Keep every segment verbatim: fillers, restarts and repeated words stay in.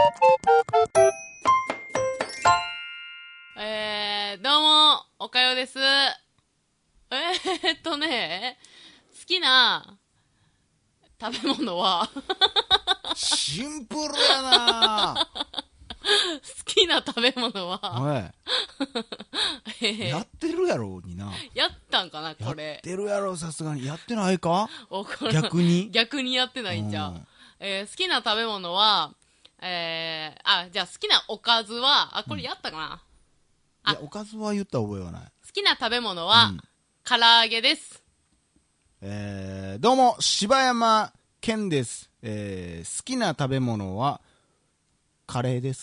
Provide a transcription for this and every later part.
えー、どうも、おかよです。えー、っとね、好きな食べ物はシンプルやな好きな食べ物はぁ。 えーやってるやろにな。 やったんかな、 やっこれ。 てるやろ、さすがに。やってないかおこれ逆に逆にやってないんじゃうんん。えー好きな食べ物は、えー、あ、じゃあ好きなおかずは、あ、これやったかな、あいや、おかずは言った覚えはない。 好きな食べ物は、 うん唐揚げです。 えー、どうも、柴山健です。えー、好きな食べ物は、カレーです。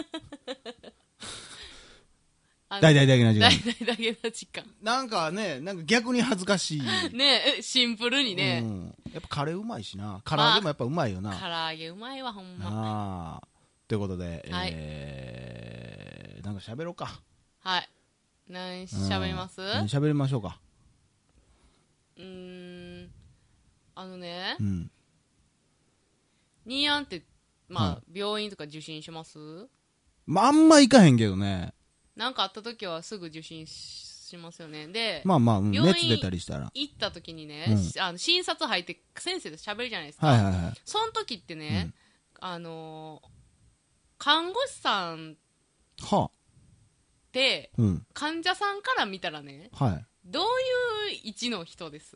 あの大々だけな時間大々だけな時間。 なんかね、なんか逆に恥ずかしい。 ねえ、シンプルにね。 うん。やっぱカレーうまいしな。唐揚げもやっぱうまいよな。 唐揚げうまいわ、ほんま。 ああ。ということで、 はいえー、なんか喋ろうか。 はい。何喋ります？ うん何喋りましょうか。 うーん。あのねう、ん。 ニーヤンって、まあ、 は病院とか受診します？ まあ、あんま行かへんけどね。 なんかあった時はすぐ受診しますよね。で、 まあまあ、うん病院熱出たりしたら。 行った時にね、 うんしあの診察入って先生と喋るじゃないですか。 はいはいはい。 その時ってね、あのー看護師さんはあ。 ってうん。 患者さんから見たらね、 はい。 どういう位置の人です？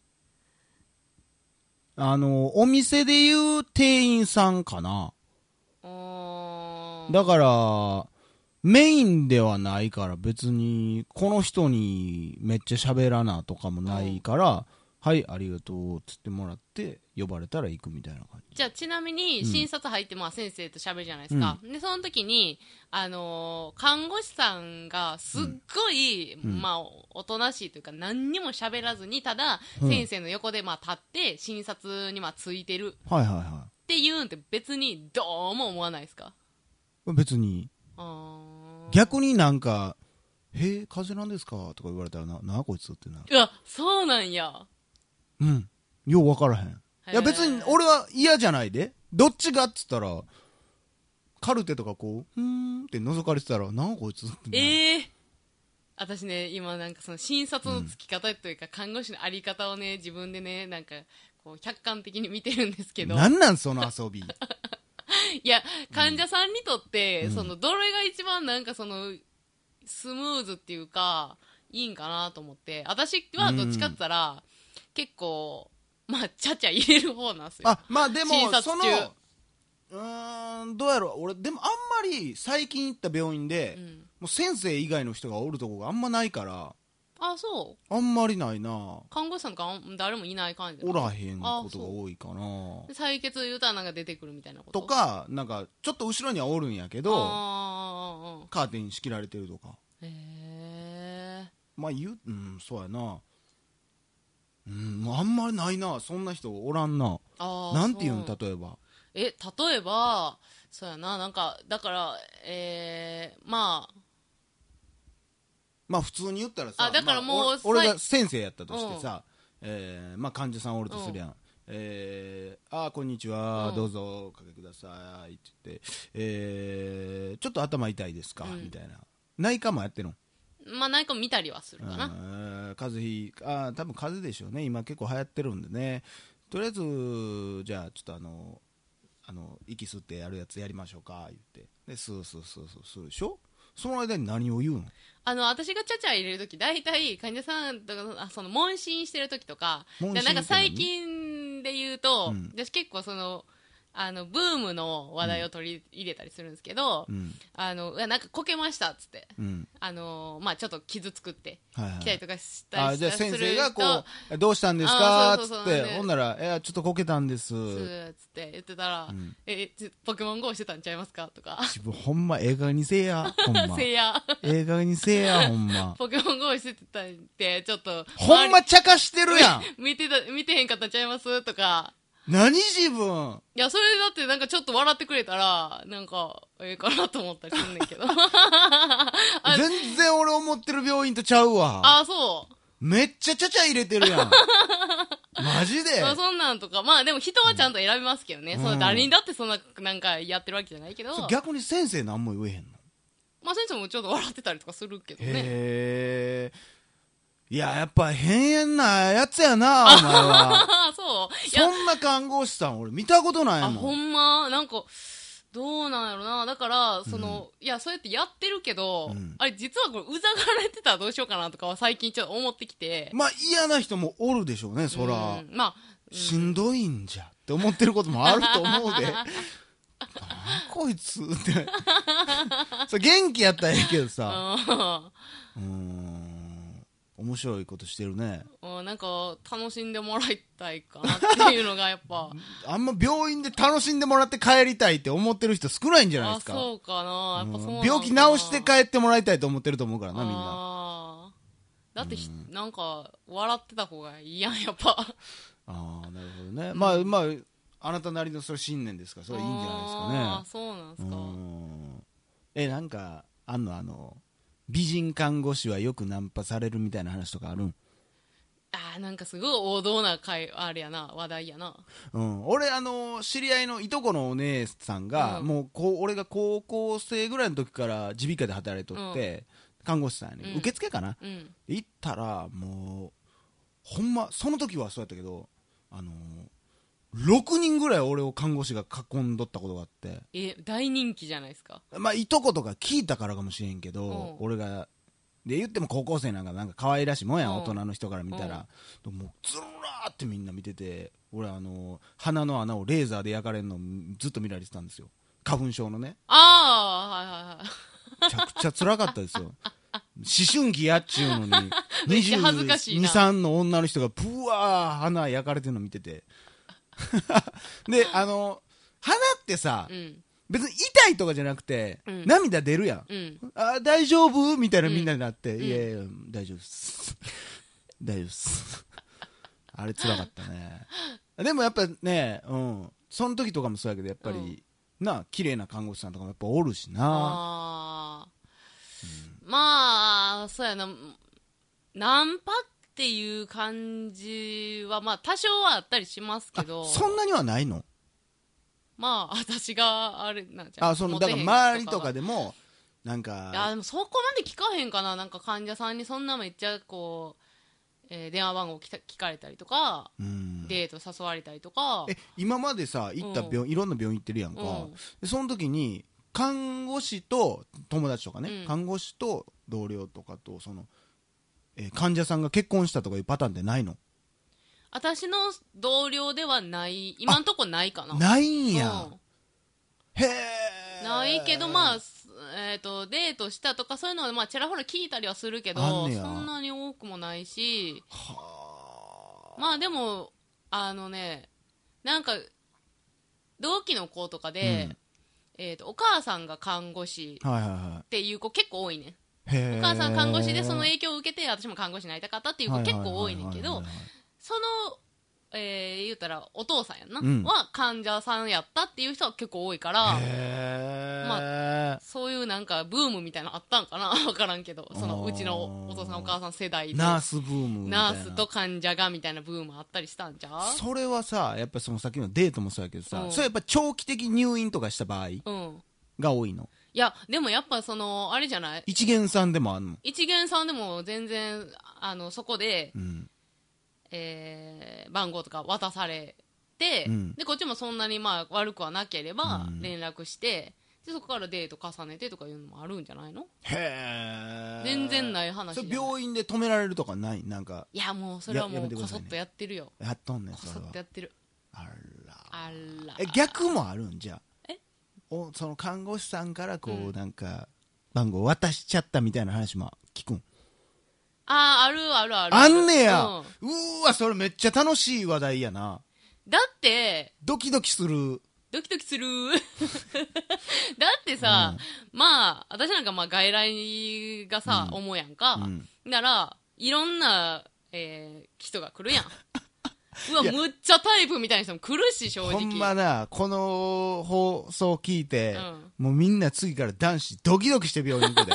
あの、お店で言う店員さんかな。 うーんだから、メインではないから別に、この人にめっちゃ喋らなとかもないから、はい、ありがとう、つってもらって、呼ばれたら行くみたいな感じ。 じゃあちなみに診察入ってまあ先生と喋るじゃないですか、でその時に、あのー看護師さんがすっごい、 うんまあ、おとなしいというか何にも喋らずにただうん先生の横でまあ立って診察にまあついてるはいはいはっていうんって別にどうも思わないですか？ い。別に、 あー逆になんか、へえ、風邪なんですかとか言われたらな、なあこいつってな。 うわそうなんや。 うん。よう分からへん。いや別に俺は嫌じゃないで。どっちがっつったら、カルテとかこう、ふーんって覗かれてたら、なんかこいつってな。 ええー、私ね今なんかその診察のつき方というか、看護師のあり方をね自分でねなんかこう客観的に見てるんですけど、 なんなんその遊び。 いや患者さんにとって、 うんそのどれが一番なんかそのスムーズっていうかいいんかなと思って、私はどっちかって言ったら、結構まあちゃちゃ入れる方なんですよ。 あ、まあでも診、察その、 中うーん、どうやろう。俺、でもあんまり最近行った病院で、 うん、 もう先生以外の人がおるとこがあんまないから、 あそうあんまりないな。 看護師さんとかあん誰もいない感じおらへんことが多いかな。 で採血言うたらなんか出てくるみたいなこととか、なんか、ちょっと後ろにはおるんやけど、 あーカーテン仕切られてるとか。 へえまあ言う、うん、そうやな。うん、もうあんまりないな。そんな人おらんな。 あーなんていうんそう例えば。 え例えばそうやななんかだからえー、まあまあ普通に言ったらさ、 あだからもうまあ俺俺さいが先生やったとしてさ、えーまあ患者さんおるとするやん。えー、あーこんにちは、 うんどうぞおかけくださいって言って、えー、ちょっと頭痛いですか、 うんみたいな。内科もやってるの。 まあ何か見たりはするかな、 えー風邪ひあー多分風邪でしょうね。今結構流行ってるんでね。とりあえずじゃあちょっとあのあの息吸ってやるやつやりましょうか言ってでスースースースースーでしょ。その間に何を言うの。 あの私がちゃちゃ入れるとき大体患者さんとかあその問診してるときとか問診でなんかって何最近で言うと、 うん私結構そのあのブームの話題を取り入れたりするんですけど、 うんあのうわなんかこけましたっつってうんあのまあちょっと傷作ってはいはい来たりとかしたりあじゃあすると先生がこうどうしたんですかっつあーそうそうそうってほんならいやちょっとこけたんですスーっつって言ってたら、 うんえちポケモン ゴー してたんちゃいますかとか自分ほんま映画にせえやほんませいや映画にせえやほんまポケモン ゴー してたんでちょっとほんま茶化してるやん見てた見てへんかったんちゃいますとか何自分いやそれだってなんかちょっと笑ってくれたらなんかええかなと思ったりすんねんけどあ全然俺思ってる病院とちゃうわあそうめっちゃちゃちゃ入れてるやんマジでまあそんなんとか、まあでも人はちゃんと選びますけどね。 うんその誰にだってそんな、なんかやってるわけじゃないけど。 それ逆に先生何も言えへんの？ まあ先生もちょっと笑ってたりとかするけどね。 へー。いや、やっぱ変なやつやな、お前は。 ああ、そういや、 そんな看護師さん俺見たことないあ、 もん。 ほんま、なんか、どうなんやろな。だから、その、いや、そうやってやってるけど、 うんあれ実はこれ、うざがられてたらどうしようかなとかは最近ちょっと思ってきて。 まあ嫌な人もおるでしょうね、そら。 うんまあ、うんしんどいんじゃって思ってることもあると思うで。なんこいつって。それ元気やったらええけどさ。うーん。面白いことしてるね。 うん、なんか、楽しんでもらいたいかなっていうのがやっぱ。 あんま病院で楽しんでもらって帰りたいって思ってる人少ないんじゃないあ、 ですか。 そうかな。やっぱそうなのかな、 うん病気治して帰ってもらいたいと思ってると思うからな、みんな。 あーだってひ、なんか、笑ってた方がいいやん、やっぱ。 ああ、なるほどね。まあまあ、あなたなりのそれ信念ですから、それいいんじゃないですかね。 ああ、そうなんですか。 うんえ、なんか、あんのあの、美人看護師はよくナンパされるみたいな話とかあるん？ ああ、なんかすごい王道な会、あれやな、話題やな。 うん、俺、あの知り合いのいとこのお姉さんが、 うんもうこう俺が高校生ぐらいの時から耳鼻科で働いとって、看護師さんやね、 うん受付かな、 うん。 行ったらもうほんまその時はそうやったけど、あのろくにんぐらい俺を看護師が囲んどったことがあって、 え、大人気じゃないですか。 まあいとことか聞いたからかもしれんけど、 うん俺がで言っても高校生なんかなんか可愛らしいもんやん、 うん大人の人から見たら、もうずらーってみんな見てて、俺あの鼻の穴をレーザーで焼かれるのずっと見られてたんですよ、花粉症のね。 ああ、はいはいはい。 めちゃくちゃ辛かったですよ。思春期やっちゅうのにめっちゃ恥ずかしいなにじゅうに、さんの女の人がブワー鼻焼かれてるの見ててであの鼻ってさ、 うん。 別に痛いとかじゃなくて、 うん涙出るやん、 うん。 あ大丈夫みたいなみんなになって、 んいやいや大丈夫っす大丈夫っすあれ辛かったね。でもやっぱね、うん、その時とかもそうやけどやっぱり、うん、な綺麗な看護師さんとかもやっぱおるしな。 ああ、うん、まあ、そうやな、ナンパっていう感じは、まあ多少はあったりしますけど。 そんなにはないの？ まあ、私があれなんじゃあ、そのだから周りとかでもなんか、 いやでもそこまで聞かへんかな。なんか患者さんにそんなめっちゃこう、えー、電話番号聞かれたりとか、 うん、 デート誘われたりとか。 え今までさ行った病、うん、いろんな病院行ってるやんか、うん、でその時に看護師と友達とかね、うん、看護師と同僚とかとその、えー、患者さんが結婚したとかいうパターンってないの？ 私の同僚ではない、今んとこないかな。 ないんや、うん、へえ。 ないけど、まあ、えっ、ー、と、デートしたとかそういうのは、まあ、ちらほら聞いたりはするけど、そんなに多くもないし、はまあでも、あのね、なんか、同期の子とかで、うん、えっ、ー、と、お母さんが看護師っていう子結構多いね。お母さん看護師でその影響を受けて、私も看護師になりたかったっていう子結構多いねんけど、その、えー、言うたらお父さんやんな、うん、は患者さんやったっていう人は結構多いから、まあ、そういうなんかブームみたいなのあったんかな分からんけど、そのうちのお父さんお母さん世代でナースブームみたいな、 ナースと患者がみたいなブームあったりしたんちゃう？ それはさ、やっぱそのさっきのデートもそうやけどさ、うん、それやっぱ長期的入院とかした場合が多いの？ いやでもやっぱそのあれじゃない、 一元さんでもあんの？ 一元さんでも全然あのそこで、うんえー、番号とか渡されて、うん、でこっちもそんなにまあ悪くはなければ連絡して、うん、でそこからデート重ねてとかいうのもあるんじゃないの？ へー、 全然ない話じゃない。 それ病院で止められるとかない？なんかいやもうそれはもうこそっとやってるよ。 やっとんねん。 こそっとやってる。 あらあらえ逆もあるんじゃ？ えおその看護師さんからこう、うん、なんか番号渡しちゃったみたいな話も聞くん？ あー、あるあるある。 あんねや、うん、うーわ、それめっちゃ楽しい話題やな。 だって、 ドキドキする。 ドキドキする。だってさ、うん、まあ、私なんかまあ外来がさ、うん、思うやんか。うん、なら、いろんな、えー、人が来るやん。うわ、むっちゃタイプみたいな人も来るし、正直。 ほんまな、この放送聞いて、うん、もうみんな次から男子ドキドキして病院行くで。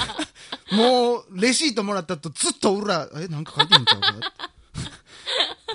もう、レシートもらったとずっと裏、え、なんか書いてんちゃうか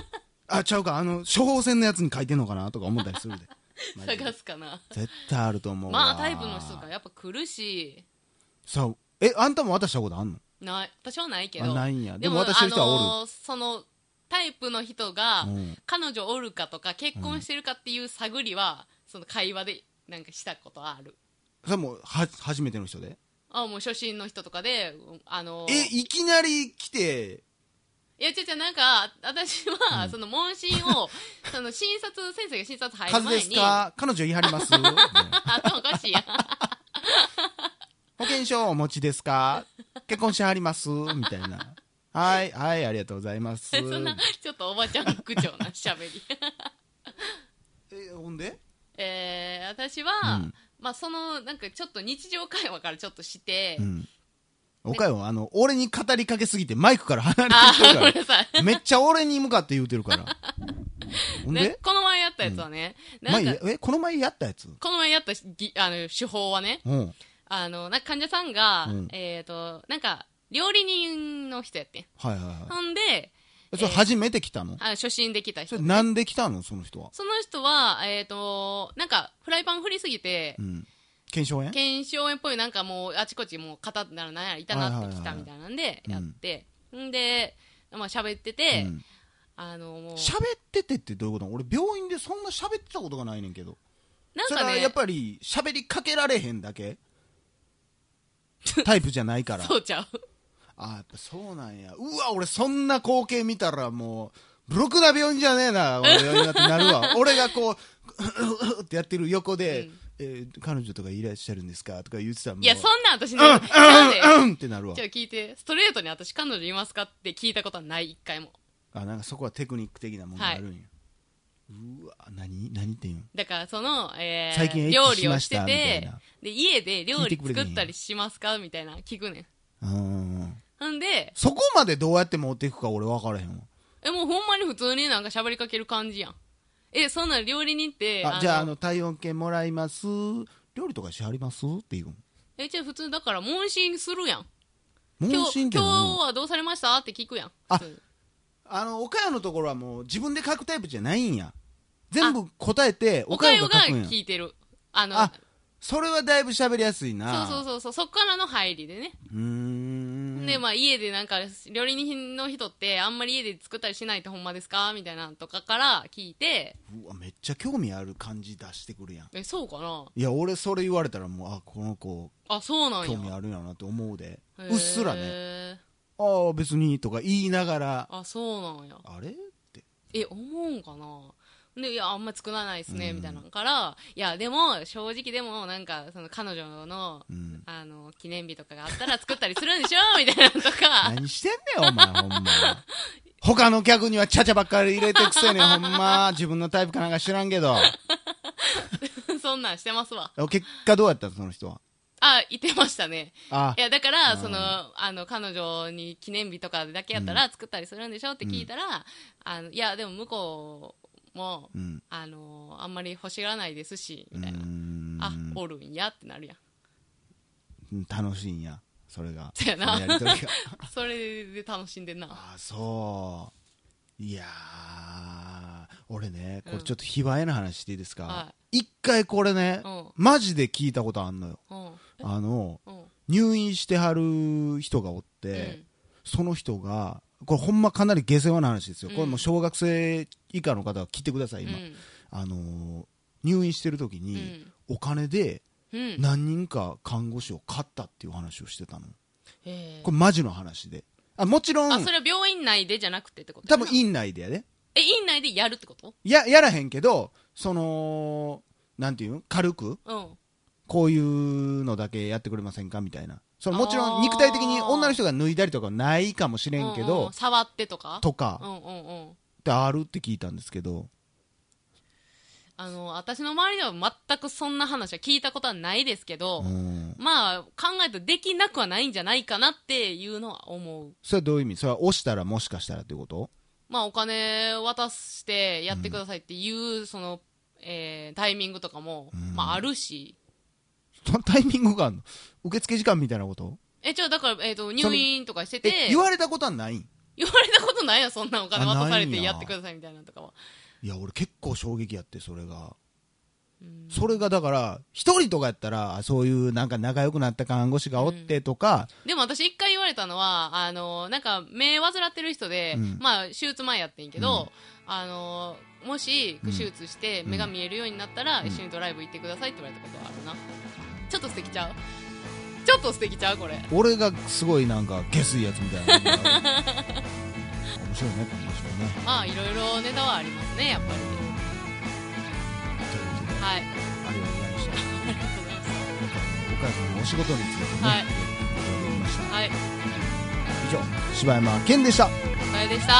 あ、ちゃうか、あの処方箋のやつに書いてんのかなとか思ったりするで探すかな。 絶対あると思うわ。 まあタイプの人がやっぱ来るし。 そう。え、あんたも渡したことあんの？ ない。私はないけど。 ないんや。でもでも渡してる人はおる。 あのー、そのタイプの人が、 うん、 彼女おるかとか結婚してるかっていう探りは、うん、その会話でなんかしたことある。 それもは初めての人で？ あ、もう初心の人とかで、あのー、 え、いきなり来て。 いや、ちゃちゃ、なんか、私は、うん、その問診を、その診察、先生が診察入る前に。 数ですか？彼女言い張ります頭おかしいやん。 保険証お持ちですか？結婚しはりますみたいな。はい、はい、ありがとうございます。 そんな、ちょっとおばちゃん口調な喋り。 え、ほんで？ えー、私は、うん、まあ、その、なんかちょっと日常会話からちょっとして、うん、 おかよ、あの、俺に語りかけすぎてマイクから離れてるから。めっちゃ俺に向かって言うてるから。 ほんで、ね、この前やったやつはね、 うん、なんかえ、この前やったやつ？ この前やったあの手法はね、うん、あの、なんか患者さんが、うん、えっ、ー、と、なんか、料理人の人やってん。 はいはいはい。 ほんで、 それ初めて来たの？ あ、初心で来た人、 ね。それなんで来たのその人は？ その人は、えっ、ー、と、なんか、フライパン振りすぎて、うん、 腱鞘炎腱鞘炎っぽい、なんかもう、あちこちもう、肩ならなんやら痛なってきたみたいなんで、やって、んで、まあ喋ってて、うん、あのもう。 喋っててってどういうこと？俺病院でそんな喋ってたことがないねんけど。 なんかね。 それはやっぱり、喋りかけられへんだけタイプじゃないから。 そうちゃう。 あ、やっぱそうなんや。うわ、俺そんな光景見たらもう、ブロックな病院じゃねえな、俺病院ってなるわ。俺がこう、ってやってる横で、うんえー、彼女とかいらっしゃるんですかとか言ってたらもう。 いや、そんな私ね、 うん、うん、ってなるわ。 じゃあ聞いて、ストレートに私彼女いますかって聞いたことはない、一回も。 あ、なんかそこはテクニック的なものがあるんや。はい、うわ、何何って言うんだからその、えー、 最近料理をしてて、で、家で料理作ったりしますかみたいな聞くねん。うん。ほんで、 そこまでどうやって持っていくか俺分からへんわ。 え、もうほんまに普通になんか喋りかける感じやん。え、そんな料理人って。 あ、あじゃあ、あの、体温計もらいます。料理とかしはりますって言うの？ え、じゃあ普通だから問診するやん。 問診って今日、今日はどうされましたって聞くやん。 あ、あの、岡谷のところはもう自分で書くタイプじゃないんや。全部答えて、岡谷が書くんや。 岡谷が聞いてる。あの、 あ、それはだいぶ喋りやすいな。 そうそうそうそう、そっからの入りでね。うーん。で、まあ家でなんか、料理人の人ってあんまり家で作ったりしないってほんまですかみたいなとかから聞いて。 うわ、めっちゃ興味ある感じ出してくるやん。 え、そうかな？ いや、俺それ言われたらもう、あ、この子、 あ、そうなんや。 興味あるんやなって思うで。うっすらね。ああ、別にとか言いながら。 あ、そうなんや。 あれって。 え、思うんかな？で、いや、あんま作らないですね、うん、みたいなのから、いや、でも、正直でも、なんか、その、彼女の、うん、あの、記念日とかがあったら作ったりするんでしょみたいなのとか。 何してんねん、お前、ほんま。他の客にはチャチャばっかり入れてくせに、ほんま、自分のタイプかなんか知らんけど。 そんなんしてますわ。 結果どうやったの、その人は。 あ、言ってましたね。あいや、だから、その、あの、彼女に記念日とかだけやったら作ったりするんでしょって聞いたら、うん、あの、いや、でも向こう、もう、うん、あのー、あんまり欲しがらないですしみたいなあおるんやってなるやん楽しいんやそれがそやなそ, それで楽しんでんなあそういやー俺ねこれちょっと卑猥な話していいですか、うんはい、一回これね、うん、マジで聞いたことあんのよ、うん、あの、うん、入院してはる人がおって、うん、その人がこれほんまかなり下世話な話ですよ、うん、これもう小学生以下の方は聞いてください今、うん、あのー、入院してる時に、うん、お金で何人か看護師を買ったっていう話をしてたの、へこれマジの話であもちろんあそれは病院内でじゃなくてってこと多分院内でやでえ院内でやるってことややらへんけどそのなんていうん軽く、うん、こういうのだけやってくれませんかみたいなそのもちろん肉体的に女の人が脱いだりとかないかもしれんけど、うんうん、 触ってとかとか、 うんうんうん、 ってあるって聞いたんですけどあの私の周りでは全くそんな話は聞いたことはないですけど、うん、まあ考えるとできなくはないんじゃないかなっていうのは思うそれはどういう意味それは押したらもしかしたらってことまあお金渡してやってくださいっていう、うん、その、えー、タイミングとかも、うんまあ、あるしそのタイミングがあるの受付時間みたいなことえ、じゃあだから、えーと、入院とかしてて。 言われたことはないん言われたことないよ、そんなお金渡されてやってくださいみたいなのとかは。 いや俺結構衝撃やって、それがそれがだから一人とかやったらそういうなんか仲良くなった看護師がおってとか、 うん、でも私一回言われたのはあのなんか目患ってる人で、うん、まあ手術前やってんけど、うん、あのもし手術して目が見えるようになったら、うん、一緒にドライブ行ってくださいって言われたことはあるな。ちょっと素敵ちゃう？ちょっと素敵ちゃうこれ。 俺がすごいなんか下水やつみたいな面白いね、面白いね。 まあいろいろネタはありますね、やっぱり。はい、 ありがとうございました。ありがとうございました。今回岡谷さんのお仕事についてね、はい、言っていただきました。はい。以上、柴山健でした。 岡谷でした。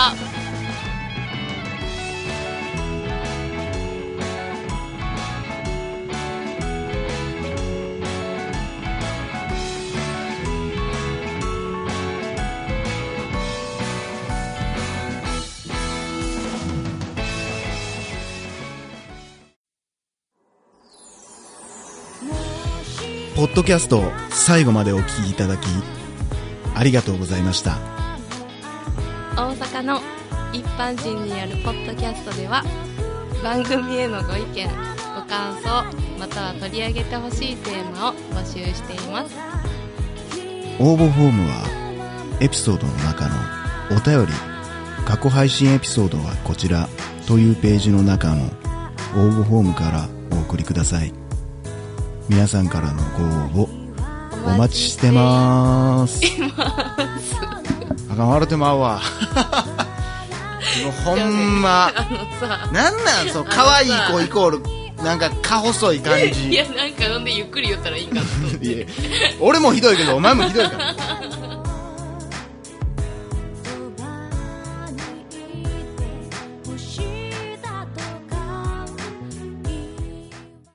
ポッドキャスト最後までお聞きいただきありがとうございました。 大阪の一般人によるポッドキャストでは番組へのご意見ご感想または取り上げてほしいテーマを募集しています。 応募フォームはエピソードの中のお便り過去配信エピソードはこちらというページの中の応募フォームからお送りください。皆さんからのご応募お待ちしてまーす。あかん笑ってまうわ。もうほんまなんなんそう可愛い子イコールなんかか細い感じ。 いやなんかなんでゆっくり言ったらいいかと思って。いや俺もひどいけどお前もひどいから。